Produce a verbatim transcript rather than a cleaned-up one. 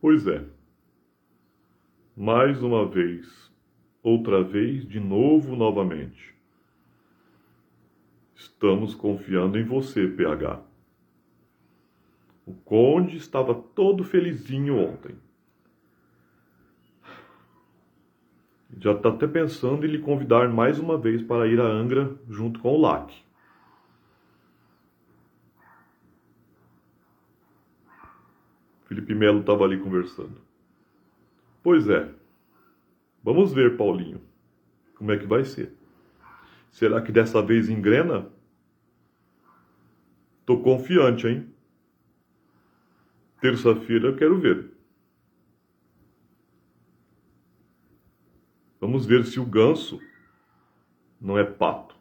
Pois é. Mais uma vez, outra vez, de novo, novamente. Estamos confiando em você, P H. O Conde estava todo felizinho ontem. Já está até pensando em lhe convidar mais uma vez para ir a Angra junto com o Lac. Felipe Melo estava ali conversando. Pois é. Vamos ver, Paulinho, como é que vai ser. Será que dessa vez engrena? Tô confiante, hein? Terça-feira eu quero ver. Vamos ver se o ganso não é pato.